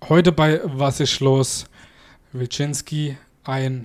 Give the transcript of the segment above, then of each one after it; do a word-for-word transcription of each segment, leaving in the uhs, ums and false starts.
Heute bei Was ist los? Wilczynski, ein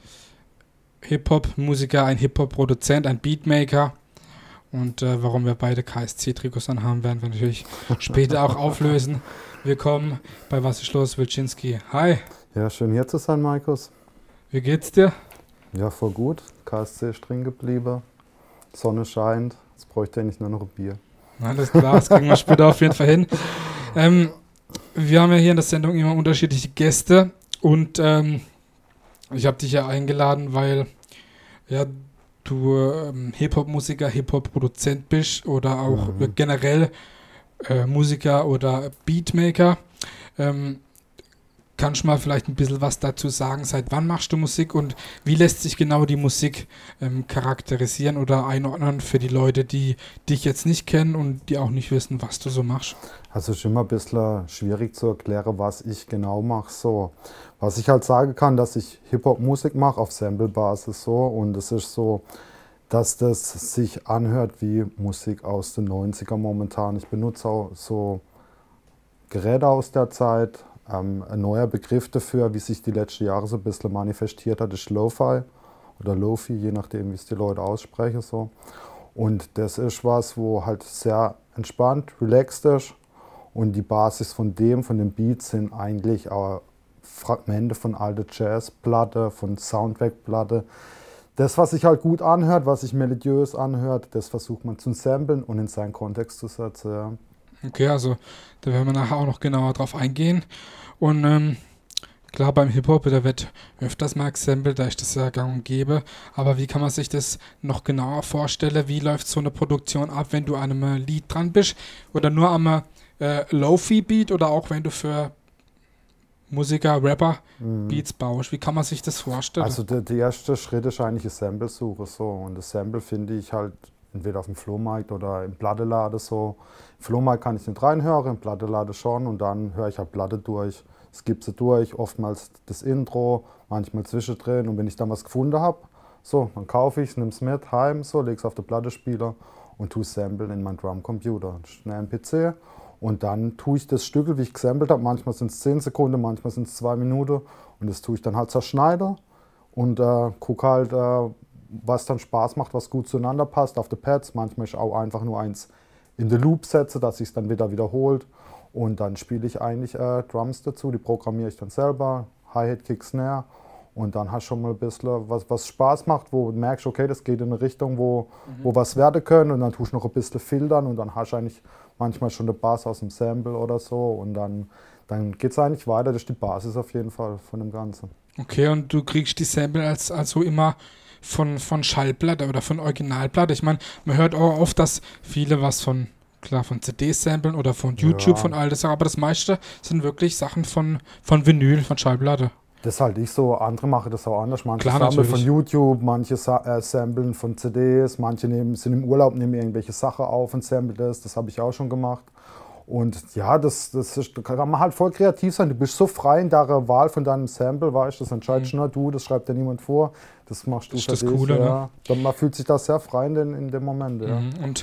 Hip-Hop-Musiker, ein Hip-Hop-Produzent, ein Beatmaker. Und äh, warum wir beide K S C-Trikots anhaben, werden wir natürlich später auch auflösen. Willkommen bei Was ist los? Wilczynski. Hi. Ja, schön hier zu sein, Markus. Wie geht's dir? Ja, voll gut. K S C ist drin geblieben. Sonne scheint. Jetzt bräuchte ich eigentlich nur noch ein Bier. Alles klar, das kriegen wir später auf jeden Fall hin. Ähm, wir haben ja hier in der Sendung immer unterschiedliche Gäste und ähm, ich habe dich ja eingeladen, weil ja, du ähm, Hip-Hop-Musiker, Hip-Hop-Produzent bist oder auch Mhm. äh, generell äh, Musiker oder Beatmaker. Ähm, kannst du mal vielleicht ein bisschen was dazu sagen? Seit wann machst du Musik und wie lässt sich genau die Musik ähm, charakterisieren oder einordnen für die Leute, die dich jetzt nicht kennen und die auch nicht wissen, was du so machst? Also es ist immer ein bisschen schwierig zu erklären, was ich genau mache. So. Was ich halt sagen kann, dass ich Hip-Hop-Musik mache auf Sample-Basis so, und es ist so, dass das sich anhört wie Musik aus den neunziger momentan. Ich benutze auch so Geräte aus der Zeit. Ähm, ein neuer Begriff dafür, wie sich die letzten Jahre so ein bisschen manifestiert hat, ist Lo-Fi oder Lo-Fi, je nachdem, wie es die Leute aussprechen. So. Und das ist was, wo halt sehr entspannt, relaxed ist. Und die Basis von dem, von den Beats sind eigentlich auch Fragmente von alter Jazzplatte, von Soundtrack-Platte. Das, was sich halt gut anhört, was sich melodiös anhört, das versucht man zu samplen und in seinen Kontext zu setzen. Ja. Okay, also da werden wir nachher auch noch genauer drauf eingehen. Und ähm, klar, beim Hip-Hop, da wird öfters mal gesampelt, da ist das ja gang und gäbe. Aber wie kann man sich das noch genauer vorstellen? Wie läuft so eine Produktion ab, wenn du an einem Lied dran bist? Oder nur am äh, Lo-Fi-Beat oder auch wenn du für Musiker, Rapper Mhm. Beats baust? Wie kann man sich das vorstellen? Also der, der erste Schritt ist eigentlich eine Sample-Suche. So. Und das Sample finde ich halt entweder auf dem Flohmarkt oder im Platteladen so. Im Flohmarkt kann ich nicht reinhören, im Platteladen schon, und dann höre ich halt Platte durch, skippe sie durch, oftmals das Intro, manchmal zwischendrin, und wenn ich dann was gefunden habe, so, dann kaufe ich es, nehme es mit heim, so, lege es auf den Plattenspieler und tue samplen in meinen Drumcomputer. Schnell am P C, und dann tue ich das Stück, wie ich gesampelt habe, manchmal sind es zehn Sekunden, manchmal sind es zwei Minuten, und das tue ich dann halt zerschneiden und äh, gucke halt, äh, was dann Spaß macht, was gut zueinander passt auf den Pads. Manchmal ist auch einfach nur eins in den Loop setze, dass ich es dann wieder wiederholt, und dann spiele ich eigentlich äh, Drums dazu, die programmiere ich dann selber, Hi-Hat, Kick, Snare, und dann hast du schon mal ein bisschen was, was Spaß macht, wo du merkst, okay, das geht in eine Richtung, wo, mhm. wo was werden können, und dann tust du noch ein bisschen filtern, und dann hast du eigentlich manchmal schon eine Bass aus dem Sample oder so, und dann, dann geht es eigentlich weiter. Das ist die Basis auf jeden Fall von dem Ganzen. Okay, und du kriegst die Sample als also immer von, von Schallplatte oder von Originalplatte. Ich meine, man hört auch oft, dass viele was von, klar, von C Ds samplen oder von YouTube, Ja. von all das, aber das meiste sind wirklich Sachen von, von Vinyl, von Schallplatte. Das halte ich so, andere machen das auch anders. Manche Klar, sammeln von natürlich. YouTube, manche sa äh, samplen von C Ds, manche nehmen, sind im Urlaub, nehmen irgendwelche Sachen auf und samplen das. Das habe ich auch schon gemacht. Und ja, das, das ist, da kann man halt voll kreativ sein. Du bist so frei in deiner Wahl von deinem Sample, weißt du, das entscheidest nur du, das schreibt dir niemand vor. Das machst du Das ist für das dich. Coole, ja. ne? Dann, man fühlt sich da sehr frei in, den, in dem Moment. Ja. Mhm. Und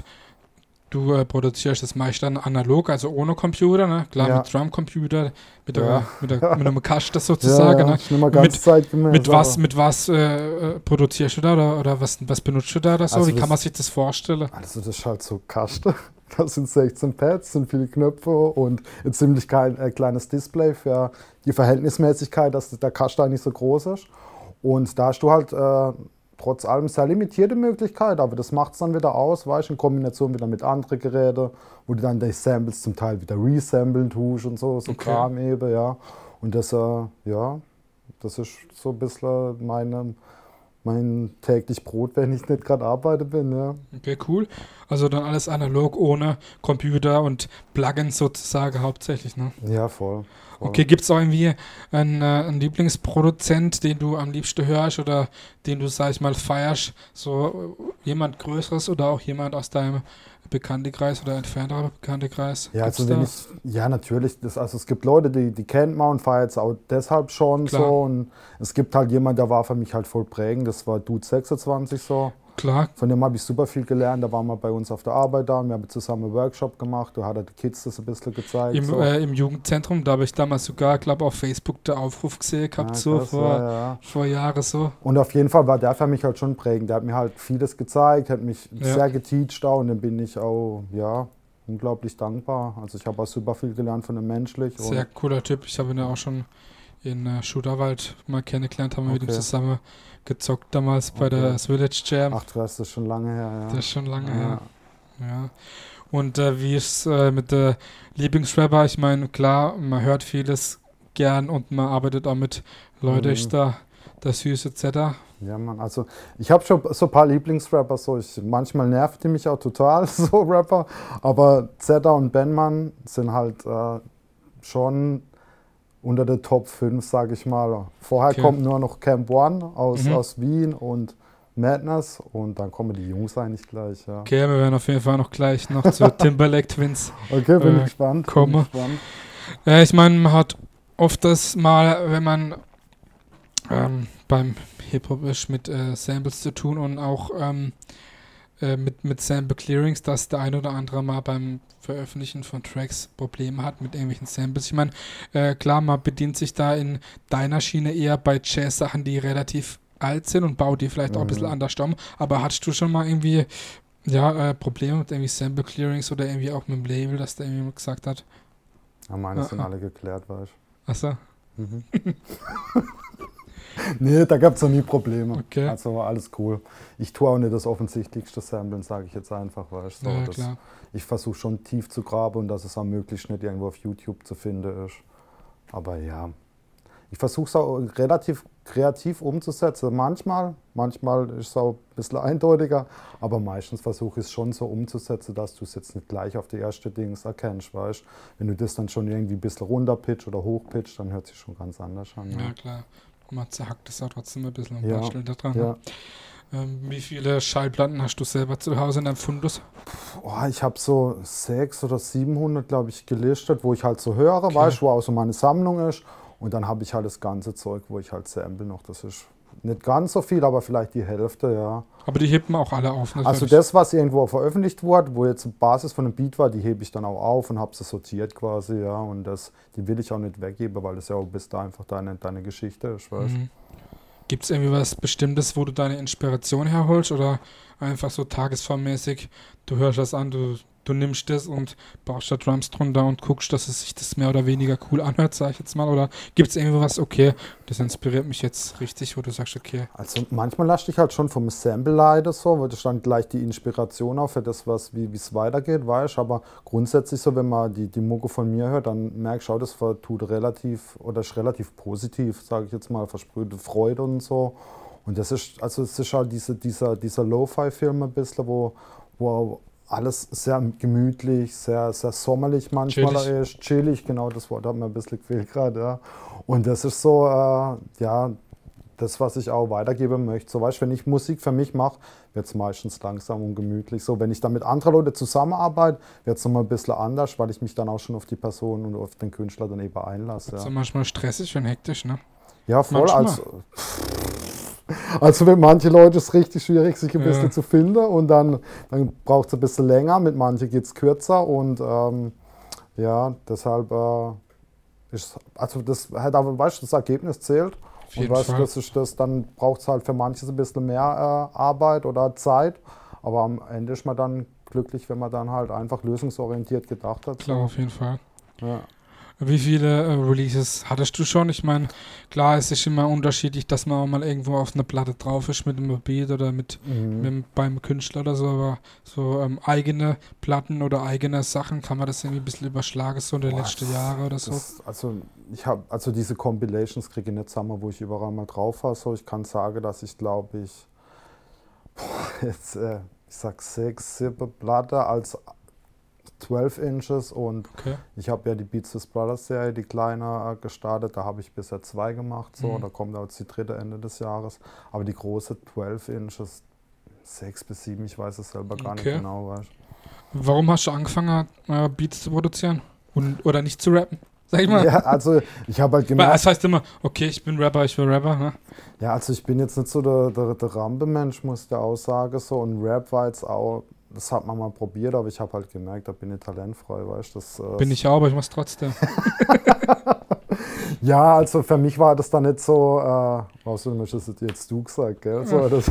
du äh, produzierst das meist dann analog, also ohne Computer, ne? Klar, Ja. mit Drumcomputer, mit, Ja. der, mit, der, mit einem Kasten sozusagen. Ja, ja, Ne? ist nicht mehr ganz Mit, zeitgemäß. mit was, aber- mit was äh, äh, produzierst du da oder, oder was, was benutzt du da oder so? Also Wie kann das- man sich das vorstellen? Also das ist halt so Kasten. Da sind sechzehn Pads, sind viele Knöpfe und ein ziemlich klein, äh, kleines Display für die Verhältnismäßigkeit, dass der Kasten nicht so groß ist. Und da hast du halt äh, trotz allem sehr limitierte Möglichkeiten, aber das macht es dann wieder aus, weißt, in Kombination wieder mit anderen Geräten, wo du dann die Samples zum Teil wieder resamplen tust und so, so Okay. Kram eben, ja. Und das, äh, ja, das ist so ein bisschen meine, mein täglich Brot, wenn ich nicht gerade arbeite bin, ja. Okay, cool. Also dann alles analog, ohne Computer und Plugins sozusagen hauptsächlich, ne? Ja, voll. voll. Okay, gibt es auch irgendwie einen, äh, einen Lieblingsproduzent, den du am liebsten hörst oder den du, sag ich mal, feierst? So äh, jemand Größeres oder auch jemand aus deinem Bekanntenkreis oder entfernterer Bekanntenkreis? Ja, Gibt's also wenn da? ich, ja natürlich, das, also es gibt Leute, die, die kennt man und feiert es auch deshalb schon Klar. so, und es gibt halt jemand, der war für mich halt voll prägend, das war Dude sechsundzwanzig so. Klar. Von dem habe ich super viel gelernt. Da waren wir bei uns auf der Arbeit da und wir haben zusammen einen Workshop gemacht. Da hat er die Kids das ein bisschen gezeigt. Im, so. äh, im Jugendzentrum, da habe ich damals sogar, glaube auf Facebook den Aufruf gesehen gehabt, Ja, so krass, vor, ja, ja. vor Jahren so. Und auf jeden Fall war der für mich halt schon prägend. Der hat mir halt vieles gezeigt, hat mich Ja. sehr geteacht auch und dann bin ich auch, ja, unglaublich dankbar. Also ich habe auch super viel gelernt von dem menschlich. Sehr Und cooler Typ. Ich habe ihn ja auch schon in äh, Shooterwald mal kennengelernt, haben wir mit ihm Okay. zusammen gezockt damals bei Okay. der Village Jam. ach, das ist schon lange her, ja. Das ist schon lange Ja. her. Ja. Und äh, wie ist äh, mit der Lieblingsrapper? Ich meine, klar, man hört vieles gern und man arbeitet auch mit Leuten, Mhm. ist da der Süße et cetera. Ja, Mann, also ich habe schon so ein paar Lieblingsrapper, so ich, manchmal nervt die mich auch total, so Rapper, aber Zeta und Benman sind halt äh, schon unter der Top fünf, sage ich mal. Vorher Okay. kommt nur noch Camp One aus, Mhm. aus Wien und Madness und dann kommen die Jungs eigentlich gleich, ja. Okay, wir werden auf jeden Fall noch gleich noch zu Timberlake Twins. Okay, bin Äh, ich gespannt. Bin komme. ich gespannt. Ja, ich meine, man hat oft das mal, wenn man ähm, beim Hip-Hop ist, mit äh, Samples zu tun und auch ähm, äh, mit, mit Sample Clearings, dass der ein oder andere mal beim Veröffentlichen von Tracks Probleme hat mit irgendwelchen Samples. Ich meine, äh, klar, man bedient sich da in deiner Schiene eher bei Jazz-Sachen, die relativ alt sind und baut die vielleicht auch ein bisschen Mhm. anders um. Aber hattest du schon mal irgendwie ja, äh, Probleme mit irgendwie Sample Clearings oder irgendwie auch mit dem Label, dass der irgendwie gesagt hat, Ja, meine Ah, sind ah. alle geklärt, weißt achso, du. Mhm. Nee, da gab es noch nie Probleme. Okay. Also alles cool. Ich tue auch nicht das offensichtlichste Samplen, sage ich jetzt einfach, weißt du. So, ja das- klar. Ich versuche schon tief zu graben und dass es auch möglichst nicht irgendwo auf YouTube zu finden ist. Aber ja, ich versuche es auch relativ kreativ umzusetzen. Manchmal, manchmal ist es auch ein bisschen eindeutiger, aber meistens versuche ich es schon so umzusetzen, dass du es jetzt nicht gleich auf die erste Dings erkennst, weißt. Wenn du das dann schon irgendwie ein bisschen runterpitcht oder hochpitcht, dann hört es sich schon ganz anders an. Ja Ja. klar. Man zerhackt es ja trotzdem ein bisschen und Ja, bastelt da dran. Ja. Ne? Ähm, wie viele Schallplatten hast du selber zu Hause in deinem Fundus? Oh, ich habe so sechshundert oder siebenhundert, glaube ich, gelistet, wo ich halt so höre, Okay. weißt du, wo auch so meine Sammlung ist. Und dann habe ich halt das ganze Zeug, wo ich halt sample noch. Das ist nicht ganz so viel, aber vielleicht die Hälfte, ja. Aber die hebt man auch alle auf. Also natürlich. das, was irgendwo veröffentlicht wurde, wo jetzt die Basis von einem Beat war, die hebe ich dann auch auf und habe sie sortiert quasi, ja. Und das, die will ich auch nicht weggeben, weil das ja auch bis da einfach deine, deine Geschichte ist, weißt du. Mhm. Gibt es irgendwie was Bestimmtes, wo du deine Inspiration herholst oder einfach so tagesformmäßig, du hörst das an, du, du nimmst das und baust da Drums drunter und guckst, dass es sich das mehr oder weniger cool anhört, sag ich jetzt mal, oder gibt es irgendwie was, okay, das inspiriert mich jetzt richtig, wo du sagst, okay, Also manchmal lasse ich halt schon vom Sample leiden, so, weil das dann gleich die Inspiration auch für das, was, wie es weitergeht, weißt. Aber grundsätzlich so, wenn man die, die Mucke von mir hört, dann merkst du auch, das tut relativ oder ist relativ positiv, sage ich jetzt mal, versprühte Freude und so. Und das ist, also es ist halt diese, dieser, dieser Lo-Fi-Film ein bisschen, wo, wo alles sehr gemütlich, sehr, sehr sommerlich manchmal Chillig. ist. Chillig, genau, das Wort hat mir ein bisschen gefehlt gerade, ja. Und das ist so, äh, ja, das, was ich auch weitergeben möchte. So, weißt, wenn ich Musik für mich mache, wird es meistens langsam und gemütlich. So, wenn ich dann mit anderen Leuten zusammenarbeite, wird es nochmal ein bisschen anders, weil ich mich dann auch schon auf die Person und auf den Künstler dann eben einlasse. ist Ja, ja manchmal stressig und hektisch, ne? ja voll. manchmal. Also, also für manche Leute ist es richtig schwierig, sich ein Ja. bisschen zu finden und dann, dann braucht es ein bisschen länger, mit manchen geht es kürzer und ähm, ja, deshalb äh, ist, also das halt aber, weißt du, das Ergebnis zählt. Auf Und jeden weißt du, Fall. das ist das, dann braucht es halt für manches ein bisschen mehr äh, Arbeit oder Zeit. Aber am Ende ist man dann glücklich, wenn man dann halt einfach lösungsorientiert gedacht hat. Klar, auf jeden Fall. Ja. Wie viele äh, Releases hattest du schon? Ich meine, klar, es ist immer unterschiedlich, dass man auch mal irgendwo auf einer Platte drauf ist mit einem Beat oder mit, Mhm. mit dem- beim Künstler oder so, aber so ähm, eigene Platten oder eigene Sachen, kann man das irgendwie ein bisschen überschlagen, so in den Boah, letzten Jahren oder so? Das, also ich habe also diese Compilations kriege ich nicht zusammen, wo ich überall mal drauf war. So, ich kann sagen, dass ich glaube ich boah, jetzt äh, ich sag sechs, sieben Platte als zwölf Inches und Okay. ich habe ja die Beats des Brothers Serie, die kleine, äh, gestartet. Da habe ich bisher zwei gemacht. So. Mhm. Da kommt auch jetzt die dritte Ende des Jahres. Aber die große zwölf Inches, sechs bis sieben, ich weiß es selber gar Okay. nicht genau. Weißt. Warum hast du angefangen, äh, Beats zu produzieren? Und, oder nicht zu rappen? Sag ich mal. Ja, also ich habe halt Weil gemerkt, das heißt immer, okay, ich bin Rapper, ich will Rapper. Ne? ja, also ich bin jetzt nicht so der, der, der Rampe-Mensch, muss ich der Aussage so. Und Rap war jetzt auch, das hat man mal probiert, aber ich habe halt gemerkt, da bin ich talentfrei, weißt du. Das, äh, Bin ich auch, aber ich mach's trotzdem. Ja, also für mich war das dann nicht so, äh, außerdem hast das jetzt du gesagt, gell? So, das,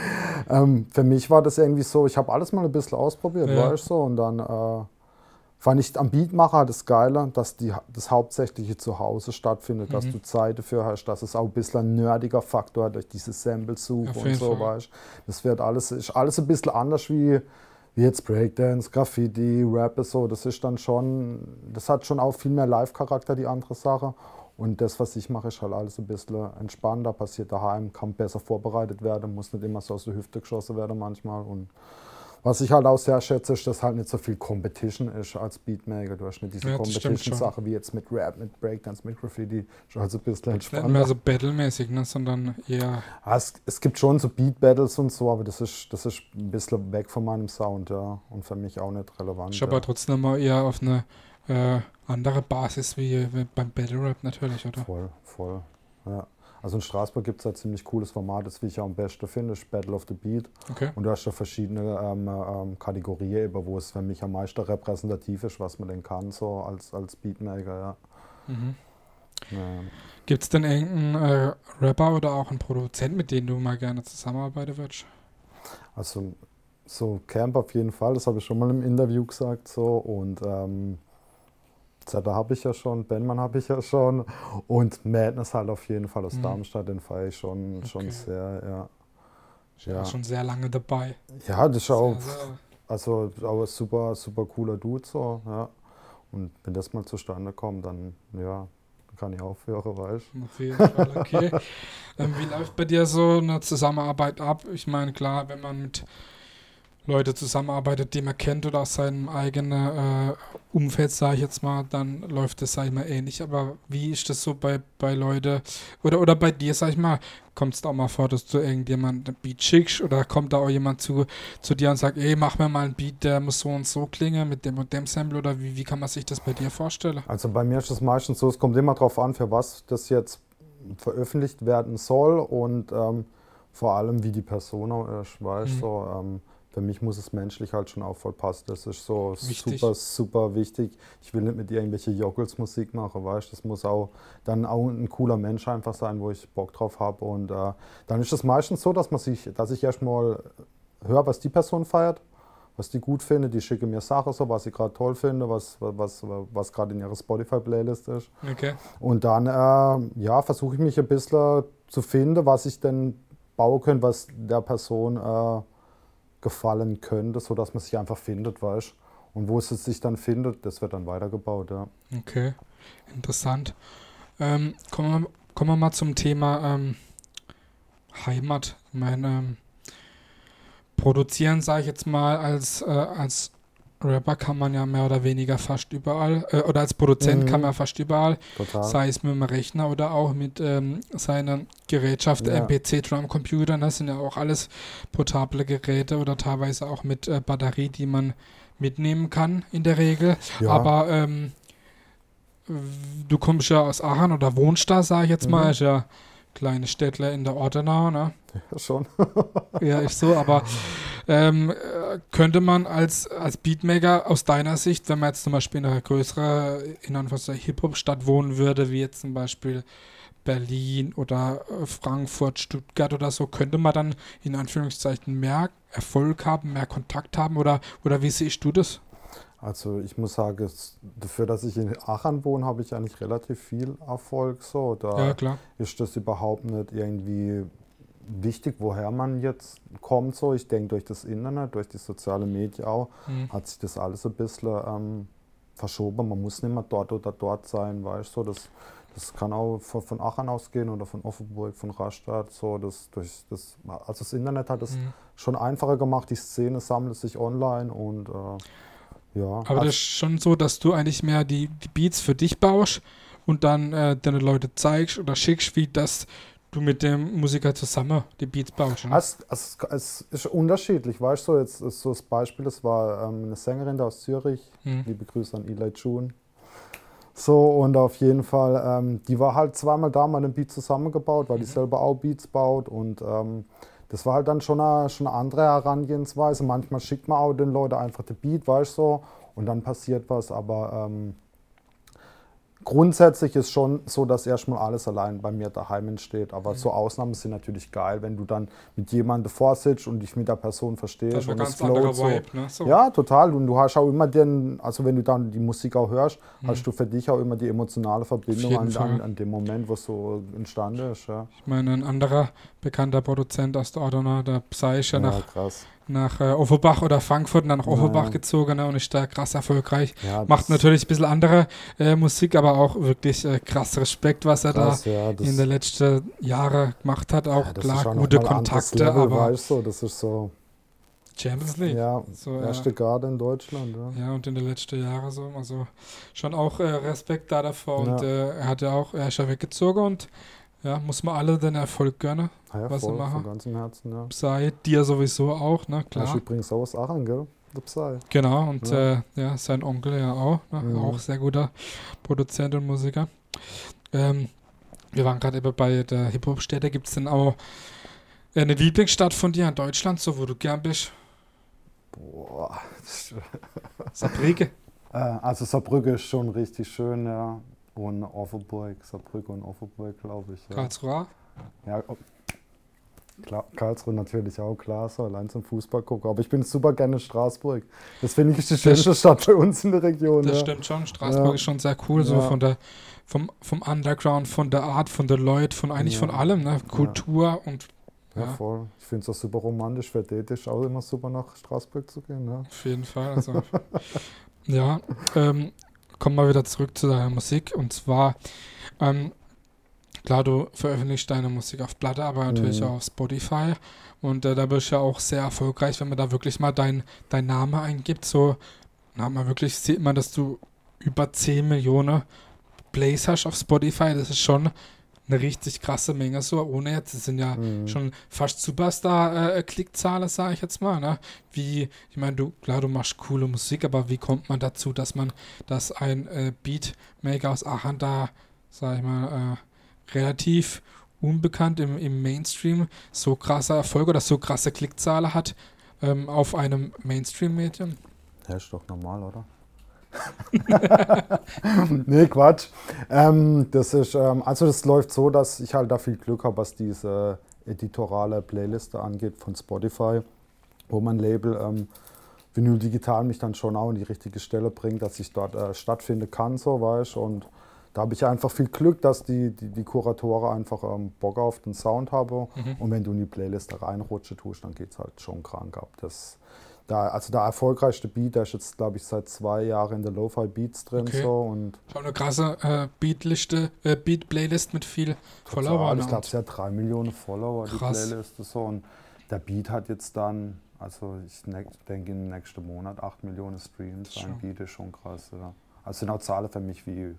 ähm, für mich war das irgendwie so, ich habe alles mal ein bisschen ausprobiert, Ja. weißt du, so, und dann äh, fand ich am Beat mache halt das Geile, dass die, das Hauptsächliche zu Hause stattfindet, dass Mhm. du Zeit dafür hast, dass es auch ein bisschen ein nerdiger Faktor hat durch diese Sample-Suche Auf und jeden so, Fall. weißt du. Das wird alles, ist alles ein bisschen anders wie, wie jetzt Breakdance, Graffiti, Rap, so, das ist dann schon, das hat schon auch viel mehr Live-Charakter, die andere Sache. Und das, was ich mache, ist halt alles ein bisschen entspannter, passiert daheim, kann besser vorbereitet werden, muss nicht immer so aus der Hüfte geschossen werden manchmal. Und was ich halt auch sehr schätze, ist, dass halt nicht so viel Competition ist als Beatmaker. Du hast nicht diese Ja, das stimmt schon. Competition-Sache wie jetzt mit Rap, mit Breakdance, mit Graffiti. Ist halt so ein bisschen Nicht mehr entspannter. so battlemäßig, ne, sondern eher. Ja, es, es gibt schon so Beat-Battles und so, aber das ist, das ist ein bisschen weg von meinem Sound, ja. Und für mich auch nicht relevant. Ich Ja. aber trotzdem mal eher auf eine äh, andere Basis wie, wie beim Battle Rap natürlich, oder? Voll, voll. Ja. Also in Straßburg gibt es ein ziemlich cooles Format, das wie ich am besten finde, ist Battle of the Beat. Okay. Und da hast du verschiedene ähm, ähm, Kategorien, über wo es für mich am meisten repräsentativ ist, was man denn kann, so als, als Beatmaker, ja. Mhm. ja. Gibt es denn irgendeinen äh, Rapper oder auch einen Produzent, mit dem du mal gerne zusammenarbeiten würdest? Also so Camp auf jeden Fall, das habe ich schon mal im Interview gesagt, so. Und ähm, Zeta habe ich ja schon, Benman habe ich ja schon. Und Madness halt auf jeden Fall aus Mhm. Darmstadt, den feiere ich schon, schon Okay. sehr, ja. Ist ja Ja. auch schon sehr lange dabei. Ja, das ist auch, Sehr, sehr. also auch ein super, super cooler Dude, so, ja. Und wenn das mal zustande kommt, dann, ja, kann ich aufhören, weißt du. Auf jeden Fall, okay. ähm, wie läuft bei dir so eine Zusammenarbeit ab? Ich meine, klar, wenn man mit Leuten zusammenarbeitet, die man kennt oder aus seinem eigenen äh, Umfeld, sage ich jetzt mal, dann läuft das, sag ich mal, ähnlich. Aber wie ist das so bei, bei Leuten oder, oder bei dir, sag ich mal, kommt es da auch mal vor, dass du irgendjemand ein Beat schickst oder kommt da auch jemand zu, zu dir und sagt, ey, mach mir mal einen Beat, der muss so und so klingen mit dem und dem Sample oder wie, wie kann man sich das bei dir vorstellen? Also bei mir ist es meistens so, es kommt immer darauf an, für was das jetzt veröffentlicht werden soll und ähm, vor allem, wie die Person auch ist, weißt du. Mhm. So, ähm, für mich muss es menschlich halt schon auch voll passen. Das ist so Wichtig. super, super wichtig. Ich will nicht mit irgendwelche Joggles Musik machen, weißt du. Das muss auch dann auch ein cooler Mensch einfach sein, wo ich Bock drauf habe. Und äh, dann ist es meistens so, dass man sich, dass ich erstmal höre, was die Person feiert, was die gut findet. Die schicke mir Sachen, so, was ich gerade toll finde, was, was, was gerade in ihrer Spotify-Playlist ist. Okay. Und dann äh, ja, versuche ich mich ein bisschen zu finden, was ich denn bauen könnte, was der Person äh, gefallen könnte, sodass man sich einfach findet, weißt. Und wo es sich dann findet, das wird dann weitergebaut, ja. Okay, interessant. Ähm, kommen, wir, kommen wir mal zum Thema ähm, Heimat. Ich meine, ähm, produzieren, sage ich jetzt mal, als, äh, als Rapper kann man ja mehr oder weniger fast überall, äh, oder als Produzent Mhm. kann man fast überall, Total. sei es mit dem Rechner oder auch mit ähm, seiner Gerätschaft, Ja. M P C, Drumcomputer, das sind ja auch alles portable Geräte oder teilweise auch mit äh, Batterie, die man mitnehmen kann in der Regel. Ja. Aber ähm, w- du kommst ja aus Aachen oder wohnst da, sage ich jetzt mal, Mhm. ist ja kleine Städtle in der Ortenau, ne? Ja, schon. Ja, ist so, aber ähm, äh, könnte man als, als Beatmaker aus deiner Sicht, wenn man jetzt zum Beispiel in einer größeren, in Anführungszeichen Hip-Hop-Stadt wohnen würde, wie jetzt zum Beispiel Berlin oder äh, Frankfurt, Stuttgart oder so, könnte man dann in Anführungszeichen mehr Erfolg haben, mehr Kontakt haben oder, oder wie siehst du das? Also ich muss sagen, es- dafür, dass ich in Aachen wohne, habe ich eigentlich relativ viel Erfolg. So. Da Ja, klar. ist das überhaupt nicht irgendwie wichtig, woher man jetzt kommt. So. Ich denke, durch das Internet, durch die sozialen Medien auch, Mhm. hat sich das alles ein bisschen ähm, verschoben. Man muss nicht mehr dort oder dort sein, weißt du. Das, das kann auch von, von Aachen ausgehen oder von Offenburg, von Rastatt. So. Das, durch das, also das Internet hat es Mhm. schon einfacher gemacht. Die Szene sammelt sich online und äh, ja. Aber also- das ist schon so, dass du eigentlich mehr die, die Beats für dich baust und dann äh, deine Leute zeigst oder schickst, wie das du mit dem Musiker zusammen die Beats baust. Ne? Es, es, es ist unterschiedlich, weißt du, jetzt ist so das Beispiel, das war ähm, eine Sängerin da aus Zürich, Mhm. liebe Grüße an Eli June. So, und auf jeden Fall, ähm, die war halt zweimal da mal einen Beat zusammengebaut, weil die Mhm. selber auch Beats baut. Und ähm, das war halt dann schon eine, schon eine andere Herangehensweise. Manchmal schickt man auch den Leuten einfach den Beat, weißt du, so, und dann passiert was. Aber ähm, grundsätzlich ist schon so, dass erstmal alles allein bei mir daheim entsteht. Aber so Ausnahmen sind natürlich geil, wenn du dann mit jemandem vorsitzt und dich mit der Person Das verstehst ist ein und es ganz anderer float so. Vibe, ne? So. Ja, total. Und du hast auch immer den, also wenn du dann die Musik auch hörst, Mhm. hast du für dich auch immer die emotionale Verbindung jeden an, Fall. an, an dem Moment, wo es so entstanden ist. Ja, Ich meine, ein anderer bekannter Produzent aus der Ordner, der Psy, ist ja, ja nach, krass. nach äh, Offenbach oder Frankfurt und dann nach Ja, Offenbach ja. gezogen, ne? Und ist da krass erfolgreich. Ja, Macht das- natürlich ein bisschen andere äh, Musik, aber auch wirklich äh, krass Respekt, was er krass, ja, da das, in den letzten Jahren gemacht hat. Auch ja, das klar, ist auch noch gute mal ein anderes Kontakte, Level, aber weißt du, das ist so, Champions League. ja, So, erste äh, Garde in Deutschland. Ja. ja, und in den letzten Jahren so. Also schon auch äh, Respekt da davor. Und Ja. äh, er hat ja auch, er ist ja weggezogen und ja, muss man alle den Erfolg gönnen. Ah ja, Was sie voll, machen. von ganzem Herzen, ja. Psy, dir sowieso auch, ne? Der ist Klar. übrigens auch aus Aachen, gell? Der Psy. Genau, und Ja. äh, ja, sein Onkel ja auch, ne? Mhm. Auch sehr guter Produzent und Musiker. Ähm, wir waren gerade eben bei der Hip-Hop-Stätte. Gibt es denn auch eine Lieblingsstadt von dir in Deutschland, so wo du gern bist? Boah. das- Saarbrücken. äh, also Saarbrücke ist schon richtig schön, ja. Und Offenburg, Saarbrücke und Offenburg, glaube ich. Ja, Karlsruhe. ja oh, klar, Karlsruhe natürlich auch, klar, so allein zum Fußball gucken. Aber ich bin super gerne in Straßburg. Das finde ich ist die schönste Stadt bei uns in der Region. Das ja. stimmt schon. Straßburg Ja. ist schon sehr cool, so Ja. von der, vom, vom Underground, von der Art, von der Leute, von eigentlich Ja. von allem, ne? Kultur und Ja, ja, voll. Ich finde es auch super romantisch, verdächtig, auch immer super nach Straßburg zu gehen. Ja. auf jeden Fall. Also, ja, ähm, kommen wir wieder zurück zu deiner Musik. Und zwar, ähm, klar, du veröffentlichst deine Musik auf Platte, aber natürlich Mhm. auch auf Spotify. Und äh, da bist du ja auch sehr erfolgreich, wenn man da wirklich mal dein, dein Name eingibt. So, dann hat man wirklich, sieht man, dass du über zehn Millionen Plays hast auf Spotify. Das ist schon eine richtig krasse Menge, so ohne jetzt. Das sind ja Mhm. schon fast Superstar-Klickzahlen, sage ich jetzt mal. Ne? Wie, ich meine, du, klar, du machst coole Musik, aber wie kommt man dazu, dass man, dass ein äh, Beatmaker aus Aachen da, sag ich mal, äh, relativ unbekannt im, im Mainstream so krasser Erfolg oder so krasse Klickzahlen hat ähm, auf einem Mainstream-Medium? Ja, ist doch normal, oder? Nee, Quatsch. Ähm, das ist, ähm, also das läuft so, dass ich halt da viel Glück habe, was diese editorale Playliste angeht von Spotify, wo mein Label ähm, Vinyl Digital mich dann schon auch in die richtige Stelle bringt, dass ich dort äh, stattfinden kann, so weißt du. Und da habe ich einfach viel Glück, dass die, die, die Kuratoren einfach ähm, Bock auf den Sound haben. Mhm. Und wenn du in die Playliste reinrutschen tust, dann geht es halt schon krank ab. Das, da, also der erfolgreichste Beat, der ist jetzt, glaube ich, seit zwei Jahren in der Lo-Fi Beats drin. Okay. So, und Schon eine krasse äh, Beatliste, äh, Beat-Playlist mit viel Followern. ich glaube, und- es hat drei Millionen Follower, die Krass. Playliste. So. Und der Beat hat jetzt dann, also ich ne- denke im nächsten Monat acht Millionen Streams. Schon. Ein Beat ist schon krass. Ja. Also sind auch Zahlen für mich wie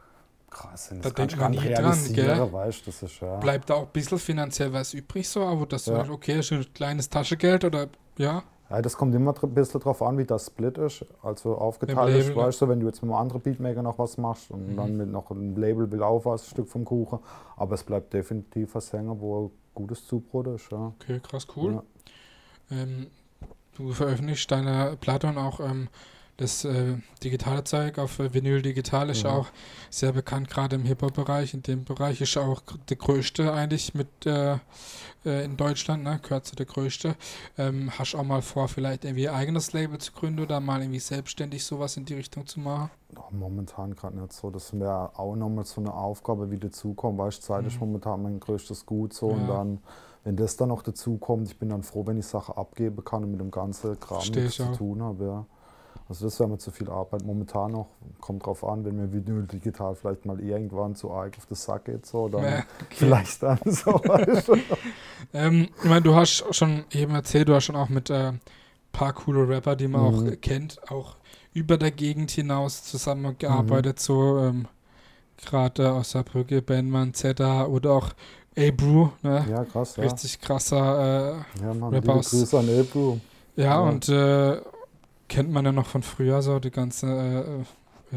krass sind. Da Das kann denkt ich man gar nicht nie dran, realisieren, gell? weißt du, das ist ja. Bleibt da auch ein bisschen finanziell was übrig, so, aber das Ja. ja. okay, ist ein kleines Taschengeld oder ja. Ja, das kommt immer ein bisschen drauf an, wie das Split ist, also aufgeteilt Label, ist, weißt du, wenn du jetzt mit einem anderen Beatmaker noch was machst und Mhm. dann mit noch einem Label will auch was, ein Stück vom Kuchen, aber es bleibt definitiv ein Sänger, wo ein gutes Zubrot ist, ja. Okay, krass, cool. Ja. Ähm, du veröffentlichst deine Platte und auch ähm, das äh, digitale Zeug auf äh, Vinyl Digital ist Mhm. auch sehr bekannt, gerade im Hip-Hop-Bereich. In dem Bereich ist auch der größte eigentlich mit äh, äh, in Deutschland, ne? Gehört zu der größte. Ähm, hast du auch mal vor, vielleicht irgendwie ein eigenes Label zu gründen oder mal irgendwie selbstständig sowas in die Richtung zu machen? Ach, momentan gerade nicht so, das wäre auch nochmal so eine Aufgabe, wie dazukommt, weißt du, Zeit ist Mhm. momentan mein größtes Gut so und Ja. dann, wenn das dann noch dazukommt, ich bin dann froh, wenn ich Sachen abgeben kann und mit dem ganzen Kram Versteh nichts ich zu auch. tun habe, ja. Also das wäre mir zu viel Arbeit momentan noch. Kommt drauf an, wenn mir Vinyl Digital vielleicht mal irgendwann zu arg auf den Sack geht, so, dann Ja, okay. vielleicht dann so. Weißt du. Ähm, ich meine, du hast schon eben erzählt, du hast schon auch mit ein äh, paar coole Rapper, die man Mhm. auch äh, kennt, auch über der Gegend hinaus zusammengearbeitet, so ähm, gerade äh, aus Saarbrücke, Bandman, Zeta oder auch A-Brew, ne? Ja, krass, ja. Richtig krasser, äh, Ja, Mann, Rapper liebe aus- Grüße an Ebru. ja, Ja. und äh, kennt man ja noch von früher so, die ganze, äh, äh, ja,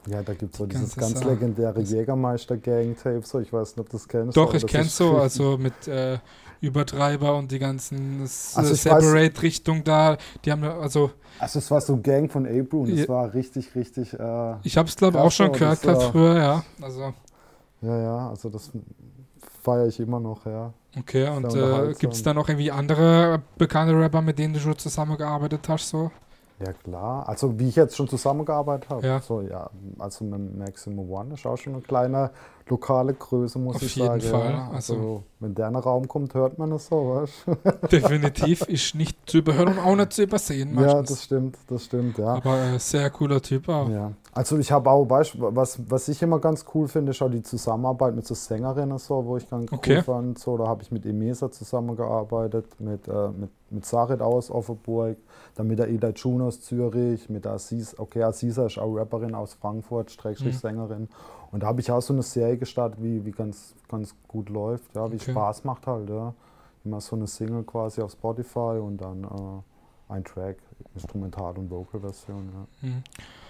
Ja, da gibt es so Die dieses ganze ganz Sache. legendäre Das- Jägermeister-Gang-Tape, so, ich weiß nicht, ob du das kennst. Doch, aber ich das kenn's ist so, richtig- also mit äh, Übertreiber und die ganzen S- Also ich weiß- Separate-Richtung da, die haben ja, also Also es war so ein Gang von Ape und Ja. das war richtig, richtig, äh, ich habe es glaube Krass, auch schon aber gehört das, gehabt äh, früher, ja. Also ja, ja, also das feiere ich immer noch, ja. okay, Sehr und äh, unterhaltsam. gibt es da noch irgendwie andere bekannte Rapper, mit denen du schon zusammengearbeitet hast, so? Ja klar, also wie ich jetzt schon zusammengearbeitet habe, Ja. so ja, also mit Maximum One ist auch schon eine kleine lokale Größe, muss Auf ich jeden sagen. Fall, Ja. Also, also- wenn der in den Raum kommt, hört man es so, weißt du? Definitiv ist nicht zu überhören und auch nicht zu übersehen Ja, meistens. das stimmt, das stimmt, ja. Aber äh, sehr cooler Typ auch. Ja, also ich habe auch, weißt, du, was, was ich immer ganz cool finde, ist auch die Zusammenarbeit mit so Sängerinnen, so, wo ich ganz Okay. cool fand. So, da habe ich mit Emesa zusammengearbeitet, mit, äh, mit, mit Sarit aus Offenburg, dann mit der Ida June aus Zürich, mit der Aziz, okay, Aziza ist auch Rapperin aus Frankfurt, Schrägstrich Mhm. Sängerin. Und da habe ich auch so eine Serie gestartet, wie, wie ganz, ganz gut läuft, ja, wie Okay. Spaß macht halt, ja. Immer so eine Single quasi auf Spotify und dann äh, ein Track, Instrumental- und Vocal-Version, ja. Mhm.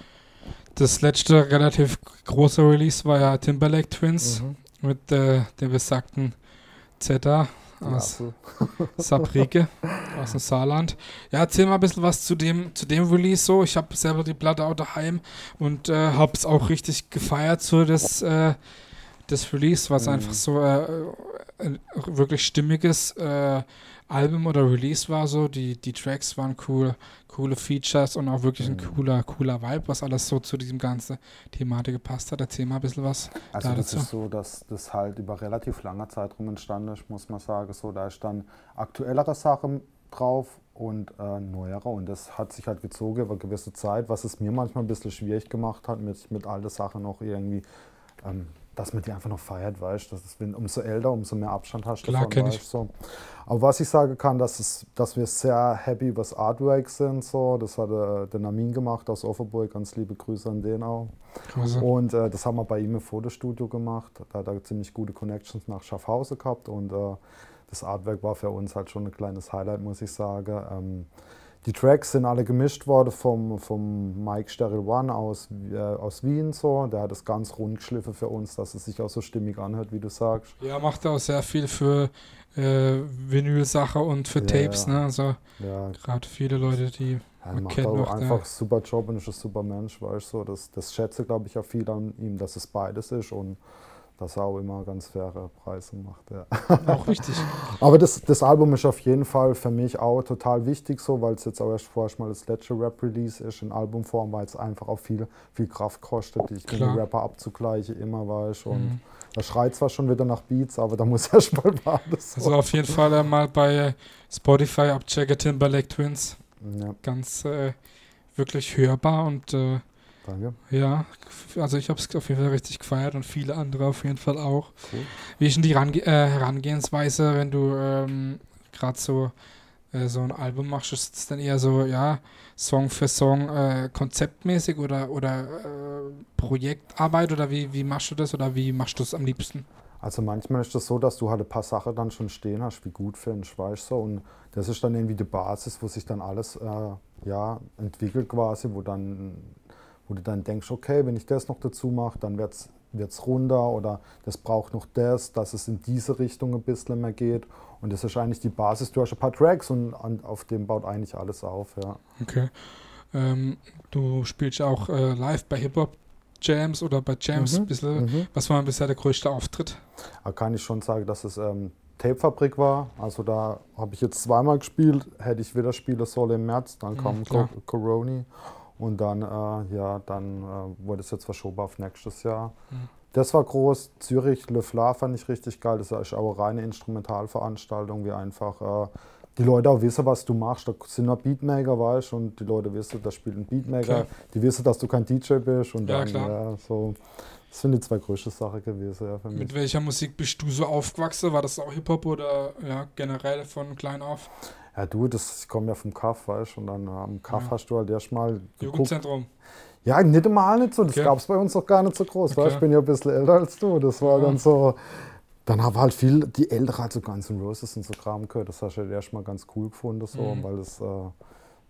Das letzte relativ große Release war ja Timberlake Twins Mhm. mit äh, dem besagten Zeta aus Ja, so. Saarbrücke, aus dem Saarland. Ja, erzähl mal ein bisschen was zu dem, zu dem Release so. Ich habe selber die Platte auch daheim und äh, habe es auch richtig gefeiert, so das, äh, das Release, was Mhm. einfach so äh, ein wirklich stimmiges äh, Album oder Release war so. Die, die Tracks waren cool, coole Features und auch wirklich ein Mhm. cooler, cooler Vibe, was alles so zu diesem ganzen Thematik gepasst hat. Erzähl mal ein bisschen was. Also da das dazu. ist so, dass das halt über relativ langer Zeitraum entstanden ist, muss man sagen. So, da ist dann aktuellere Sachen drauf und äh, neuere. Und das hat sich halt gezogen über eine gewisse Zeit, was es mir manchmal ein bisschen schwierig gemacht hat, mit, mit alten Sachen noch irgendwie, ähm, dass man die einfach noch feiert, weißt du. Das ist, wenn, umso älter, umso mehr Abstand hast du Klar, kenn ich. weißt, so. Aber was ich sagen kann, dass, es, dass wir sehr happy über das Artwork sind. So. Das hat äh, der Namin gemacht aus Offenburg. Ganz liebe Grüße an den auch. Also, Und äh, das haben wir bei ihm im Fotostudio gemacht. Da hat er ziemlich gute Connections nach Schaffhausen gehabt und äh, das Artwork war für uns halt schon ein kleines Highlight, muss ich sagen. Ähm, die Tracks sind alle gemischt worden vom, vom Mike Steril One aus, äh, aus Wien. So. Der hat das ganz rund geschliffen für uns, dass es sich auch so stimmig anhört, wie du sagst. ja, macht auch sehr viel für äh, Vinyl-Sache und für Ja, Tapes, ja. ne? Also Ja, gerade viele Leute, die er man macht kennt auch noch, einfach der, super Job und ist ein super Mensch, weißt du. So. Das, das schätze, glaube ich, auch viel an ihm, dass es beides ist und dass er auch immer ganz faire Preise macht. Ja. auch wichtig. Aber das, das Album ist auf jeden Fall für mich auch total wichtig, so, weil es jetzt auch erst vorerst mal das letzte Rap-Release ist in Albumform, weil es einfach auch viel, viel Kraft kostet, die ich mit Klar. dem Rapper abzugleichen immer weiß. Und Mhm. da schreit zwar schon wieder nach Beats, aber da muss erst mal warten. So. Also auf jeden Fall äh, mal bei äh, Spotify abchecken, Timberlake Twins. Ja, Ganz äh, wirklich hörbar und äh, danke. ja, also ich habe es auf jeden Fall richtig gefeiert und viele andere auf jeden Fall auch. Cool. Wie ist denn die Range äh, Herangehensweise, wenn du ähm, gerade so, äh, so ein Album machst? Ist es dann eher so, ja, Song für Song äh, konzeptmäßig oder, oder äh, Projektarbeit oder wie, wie machst du das oder wie machst du es am liebsten? Also manchmal ist das so, dass du halt ein paar Sachen dann schon stehen hast, wie gut findest, weißt du, und das ist dann irgendwie die Basis, wo sich dann alles äh, ja, entwickelt quasi, wo dann wo du dann denkst, okay, wenn ich das noch dazu mache, dann wird es runder oder das braucht noch das, dass es in diese Richtung ein bisschen mehr geht. Und das ist eigentlich die Basis. Du hast ein paar Tracks und an, auf dem baut eigentlich alles auf. Ja. Okay. Ähm, du spielst auch äh, live bei Hip-Hop-Jams oder bei Jams ein bisschen. Mhm. Was war bisher der größte Auftritt? Da kann ich schon sagen, dass es ähm, Tapefabrik war. Also da habe ich jetzt zweimal gespielt. Hätte ich wieder spielen sollen im März, dann Mhm, kam klar. Co- Corona. Und dann, äh, ja, dann äh, wurde es jetzt verschoben auf nächstes Jahr. Mhm. Das war groß. Zürich, Le Fla fand ich richtig geil. Das ist auch eine reine Instrumentalveranstaltung, wie einfach äh, die Leute auch wissen, was du machst. Da sind noch Beatmaker, weißt du, und die Leute wissen, da spielt ein Beatmaker. Okay. Die wissen, dass du kein D J bist. Und Ja, dann, klar. ja, so. Das sind die zwei größten Sachen gewesen, ja, für mich. Mit welcher Musik bist du so aufgewachsen? War das auch Hip-Hop oder ja, generell von klein auf? Ja, du, das, ich komme ja vom Kaff, weißt du, und dann äh, am Kaff Ja. hast du halt erstmal geguckt. Jugendzentrum. Ja, nicht einmal nicht so, das Okay. gab es bei uns noch gar nicht so groß, Okay. weißt du, ich bin ja ein bisschen älter als du, das war Ja. dann so, dann haben halt viel, die Ältere halt so Guns N' Roses und so Kram gehört, das hast du ja erstmal ganz cool gefunden, so, Mhm. weil das, äh,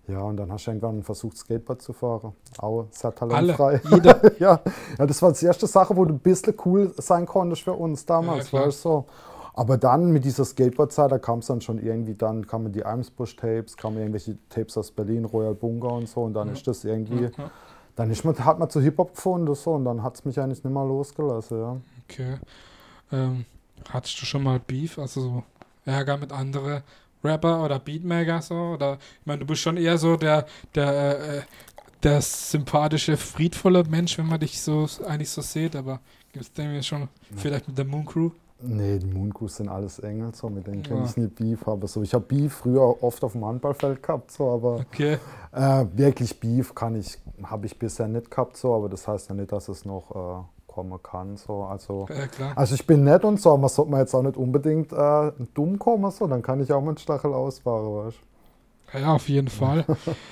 Ja, und dann hast du irgendwann versucht, Skateboard zu fahren. Auch sehr Alle, talentfrei. jeder. ja. ja, das war die erste Sache, wo du ein bisschen cool sein konntest für uns damals, Ja, klar. weißt du so. Aber dann mit dieser Skateboard-Zeit, da kam es dann schon irgendwie, dann kamen die Eimsbusch-Tapes, kamen irgendwelche Tapes aus Berlin, Royal Bunker und so. Und dann Ja. ist das irgendwie, Ja, ja. dann ist man, hat man zu Hip-Hop gefunden so, und dann hat es mich eigentlich nicht mehr losgelassen, ja. Okay. Ähm, hattest du schon mal Beef, also so Ärger mit anderen Rapper oder Beatmaker so? Oder ich meine, du bist schon eher so der, der, äh, der sympathische, friedvolle Mensch, wenn man dich so eigentlich so sieht, aber gibt es denn schon vielleicht mit der Moon Crew? Nee, die Moon Crews sind alles Engel, so, mit denen kenne Ja. ich nicht Beef. Aber so, ich habe Beef früher oft auf dem Handballfeld gehabt, so, aber Okay. äh, wirklich Beef kann ich, habe ich bisher nicht gehabt, so, aber das heißt ja nicht, dass es noch äh, kommen kann. So. Also, Ja, klar. also ich bin nett und so, aber man sollte mir jetzt auch nicht unbedingt äh, dumm kommen, so, dann kann ich auch mit Stachel ausfahren, weißt du. Ja, auf jeden Fall.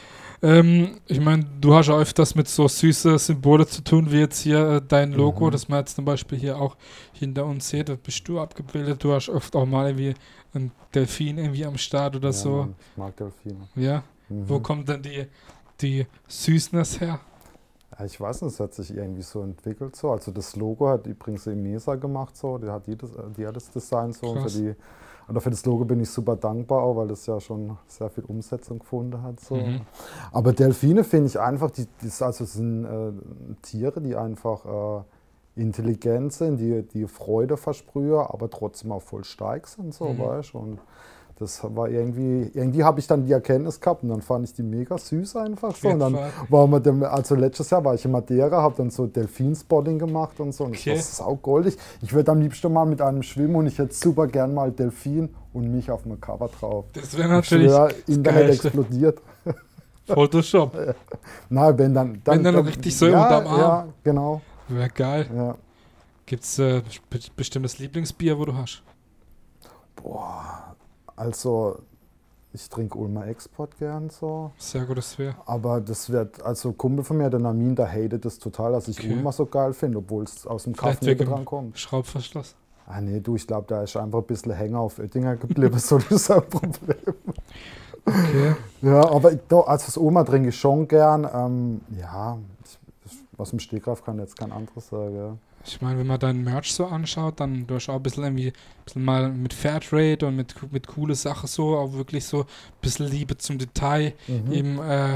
ähm, ich meine, du hast ja öfters mit so süßen Symbole zu tun, wie jetzt hier äh, dein Logo, Mhm. das man jetzt zum Beispiel hier auch hinter uns sieht. Da bist du abgebildet. Du hast oft auch mal irgendwie ein Delfin irgendwie am Start oder Ja, so. Mann, ich mag Delfine. Ja. Mhm. Wo kommt denn die, die Süßness her? Ja, ich weiß nicht, es hat sich irgendwie so entwickelt so. Also das Logo hat übrigens die Mesa gemacht so, die hat, die das, die hat das Design so. Und Krass. für, die, und für das Logo bin ich super dankbar auch, weil das ja schon sehr viel Umsetzung gefunden hat. So. Mhm. Aber Delfine finde ich einfach, die, die also es sind äh, Tiere, die einfach äh, intelligent sind, die, die Freude versprühen, aber trotzdem auch voll stark sind, so, Mhm. weißt du. Und das war irgendwie, irgendwie habe ich dann die Erkenntnis gehabt und dann fand ich die mega süß einfach so. Und dann Fall. war man dem, also letztes Jahr war ich in Madeira, habe dann so Delfinspotting gemacht und so. Und Okay. das war saugoldig. Ich würde am liebsten mal mit einem schwimmen und ich hätte super gern mal Delfin und mich auf dem Cover drauf. Das wäre Ich natürlich schwör, das Internet Geilste. explodiert. Photoshop. Nein, wenn dann. Wenn dann richtig so ja, unterm Arm. Ja, genau. Wäre geil. Ja. Gibt es äh, be bestimmtes Lieblingsbier, wo du hast? Boah, also ich trinke Ulmer Export gern so. Sehr gutes Bier. Aber das wird, also ein Kumpel von mir, der Namin, der hatet das total, dass ich Okay. Ulmer so geil finde, obwohl es aus dem Vielleicht Kaff nicht wegen dran kommt. Schraubverschluss. Ah nee, du, ich glaube, da ist einfach ein bisschen Hänger auf Oettinger geblieben, so das ist ein Problem. Okay. Ja, aber ich, doch, also das Ulmer trinke ich schon gern. Ähm, ja, ich, aus dem Stegreif kann ich jetzt kein anderes sagen. Ja. Ich meine, wenn man deinen Merch so anschaut, dann du hast auch ein bisschen irgendwie ein bisschen mal mit Fairtrade und mit, mit coole Sachen so, auch wirklich so ein bisschen Liebe zum Detail Mhm. im, äh,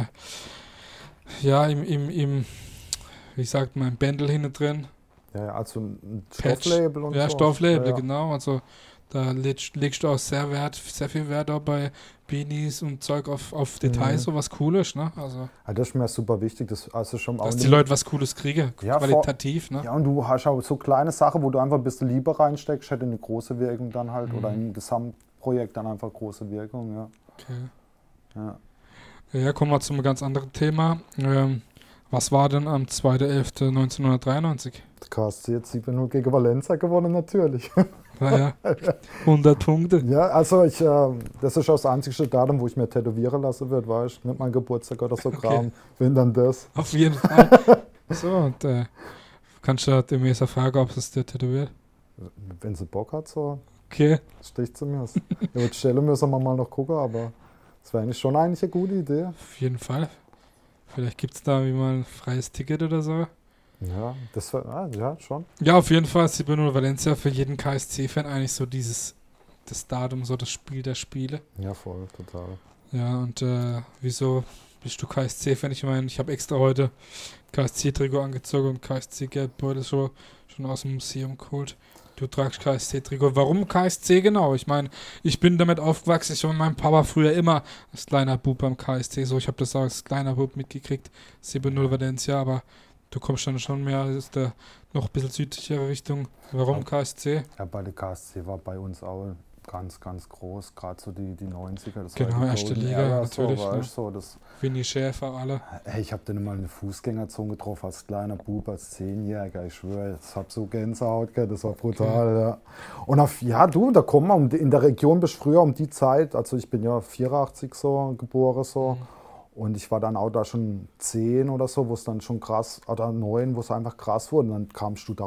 ja, im, im, im, wie sagt man, im Bändel hinten drin. Ja, also ein Patch. Stofflabel und Ja, so. Stofflabel, Ja, ja. genau. Also da legst, legst du auch sehr Wert, sehr viel Wert auch bei Beanies und Zeug auf, auf Details, Mhm. so was Cooles, ne? Also, Ja, das ist mir super wichtig, das, also schon auch dass in die dem- Leute was Cooles kriegen, Ja, vor- qualitativ, ne? Ja, und du hast auch so kleine Sachen, wo du einfach ein bisschen Liebe reinsteckst, hat eine große Wirkung dann halt, Mhm. oder im Gesamtprojekt dann einfach große Wirkung, ja. Okay. ja. Ja, kommen wir zu einem ganz anderen Thema. Ähm, was war denn am zweiter elfter neunzehnhundertdreiundneunzig? Der K S C hat sieben null gegen Valencia gewonnen, natürlich. War ja hundert Punkte. Ja, also ich, äh, das ist auch das einzige Datum, wo ich mir tätowieren lassen würde, weißt du, nicht mein Geburtstag oder so Okay. Kram, wenn dann das. Auf jeden Fall. So, und äh, kannst du dem Mesa fragen, ob es dir tätowiert? Wenn sie Bock hat, so Okay. sticht sie mir. Ja, die Stelle müssen wir mal noch gucken, aber das wäre eigentlich schon eigentlich eine gute Idee. Auf jeden Fall. Vielleicht gibt es da wie mal ein freies Ticket oder so. Ja, das wär, ah, ja, schon. Ja, auf jeden Fall sieben null Valencia für jeden K S C-Fan eigentlich so dieses das Datum, so das Spiel der Spiele. Ja, voll, total. Ja, und äh, wieso bist du K S C-Fan? Ich meine, ich habe extra heute K S C-Trikot angezogen und K S C-Geldbeutel schon, schon aus dem Museum geholt. Du tragst K S C-Trikot. Warum K S C genau? Ich meine, ich bin damit aufgewachsen. Ich war mit meinem Papa früher immer als kleiner Bub beim K S C. So, ich habe das auch als kleiner Bub mitgekriegt. sieben null Valencia, aber du kommst dann schon mehr aus der noch ein bisschen südlichere Richtung. Warum Ja. K S C? Ja, bei der K S C war bei uns auch ganz, ganz groß, gerade so die, die neunziger. Das Genau, war die erste Golden Liga, Era, natürlich, So, ne? weißt, so, das, Winnie Schäfer, alle. hey, ich habe dann mal eine Fußgängerzone getroffen als kleiner Bub, als Zehnjähriger. Ich schwöre, ich habe so Gänsehaut, gell, das war brutal. Ja. Und auf, ja, du, da kommen wir um die, in der Region bis früher um die Zeit. Also ich bin ja vierundachtzig so geboren so. Mhm. Und ich war dann auch da schon zehn oder so, wo es dann schon krass, oder neun, wo es einfach krass wurde. Und dann kamst du da rum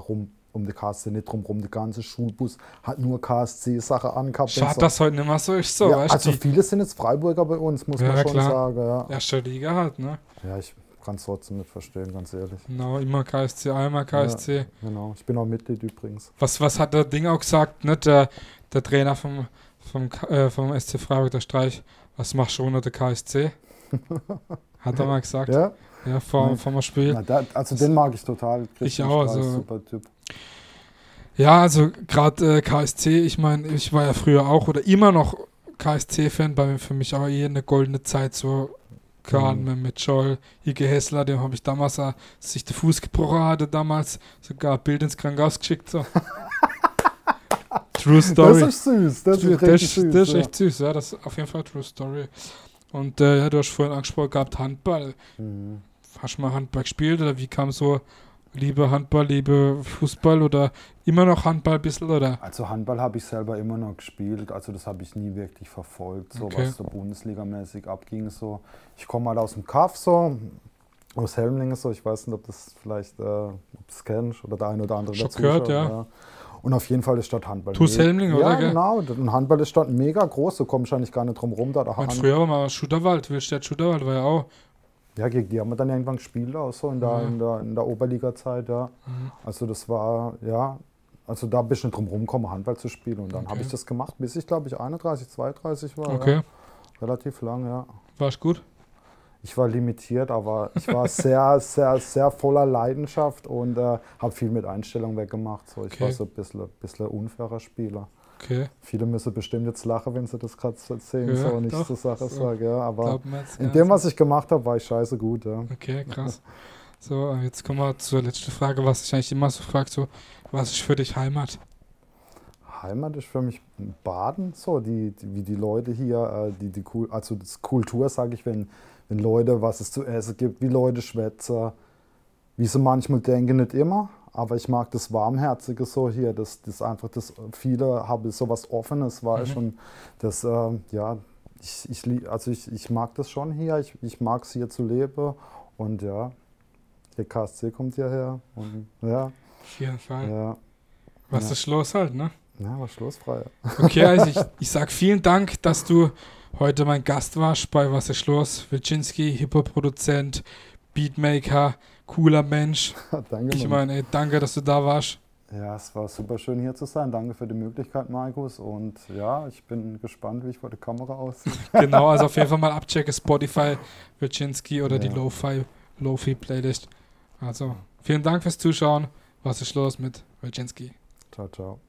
um den K S C nicht drumherum. Der ganze Schulbus hat nur K S C-Sachen angehabt. Schade, so. dass heute nicht mehr so ist. So, ja, weißt, also die viele sind jetzt Freiburger bei uns, muss Ja, man schon klar. sagen. Ja. erste Liga halt, ne? ja, ich kann es trotzdem nicht verstehen, ganz ehrlich. Genau, immer K S C, einmal K S C. Genau, ich bin auch Mitglied übrigens. Was, was hat der Ding auch gesagt, ne? Der, der Trainer vom, vom, K- äh, vom S C Freiburg, der Streich, was machst du ohne der K S C? Hat er mal gesagt. Ja? Ja, vor, Ja. vor dem Spiel. Na, da, also den mag ich total. Christian auch, Streich, also- super Typ. Ja, also gerade äh, K S C, ich meine, ich war ja früher auch oder immer noch K S C-Fan, bei für mich auch eher eine goldene Zeit, so gerade Mhm. mit, mit Joel, Ike Hessler, dem habe ich damals, äh, sich den Fuß gebrochen hatte, damals sogar ein Bild ins Krankenhaus geschickt. So. True Story. Das ist süß, das ist das, richtig ist, süß. das ist ja. echt süß, ja, das ist auf jeden Fall True Story. Und äh, ja, du hast vorhin angesprochen gehabt, Handball. Mhm. Hast du mal Handball gespielt oder wie kam so Liebe Handball, Liebe Fußball oder immer noch Handball ein bisschen, oder? Also Handball habe ich selber immer noch gespielt, also das habe ich nie wirklich verfolgt, so Okay. was so Bundesligamäßig abging. So. Ich komme halt aus dem Kaff, so, aus Helmlingen, so. Ich weiß nicht, ob das vielleicht, äh, ob du es kennst oder der eine oder andere Schon dazu gehört, schaut, ja. Und auf jeden Fall ist Stadt Handball. TuS me- Helmlingen, ja, oder, gell? genau. Und Handball ist Stadt mega groß, du kommst eigentlich gar nicht drum rum. Da, da Und Hand- früher war mal Schutterwald, Willstedt Schutterwald war ja auch. ja, gegen die haben wir dann irgendwann gespielt, auch so in der, Ja. in der, in der Oberliga-Zeit, ja. Mhm. Also das war, ja, also da bist du nicht drum rumgekommen, Handball zu spielen. Und dann Okay. habe ich das gemacht, bis ich, glaube ich, einunddreißig, zweiunddreißig war. Okay, Ja. Relativ lang, ja. war's gut? Ich war limitiert, aber ich war sehr, sehr, sehr voller Leidenschaft und äh, habe viel mit Einstellung weggemacht. So, ich Okay. war so ein bisschen, bisschen unfairer Spieler. Okay, Viele müssen bestimmt jetzt lachen, wenn sie das gerade sehen, Ja, so und ich doch, zur Sache so. sage. Ja, aber glaubt mir jetzt in gar dem, nicht. was ich gemacht habe, war ich scheiße gut. Ja. Okay, krass. So, jetzt kommen wir zur letzten Frage, was ich eigentlich immer so frage, so, was ist für dich Heimat? Heimat ist für mich Baden, so die, die, wie die Leute hier, äh, die, die Kul- also das Kultur, sage ich, wenn, wenn Leute, was es zu essen gibt, wie Leute schwätzen, wie sie manchmal denken, nicht immer, aber ich mag das Warmherzige so hier, das, das einfach, das viele haben so was Offenes, war Mhm. ich schon, das, äh, ja, ich, ich, lie- also ich, ich mag das schon hier, ich, ich mag es hier zu leben und ja, der K S C kommt hierher und ja, Auf jeden Fall. ja, Was ja. ist los halt, ne? ja, war schlussfrei. Okay, also ich, ich sag vielen Dank, dass du heute mein Gast warst bei Was ist los? Wilczynski, Hip-Hop-Produzent, Beatmaker, cooler Mensch. Danke. Ich Mann. meine, ey, danke, dass du da warst. Ja, es war super schön hier zu sein. Danke für die Möglichkeit, Markus. Und ja, ich bin gespannt, wie ich vor der Kamera aussehe. Genau, also auf jeden Fall mal abchecken, Spotify, Wilczynski oder die Ja. Lo-Fi, Lo-Fi-Playlist. Also, vielen Dank fürs Zuschauen. Was ist los mit Wilczynski? Ciao, ciao.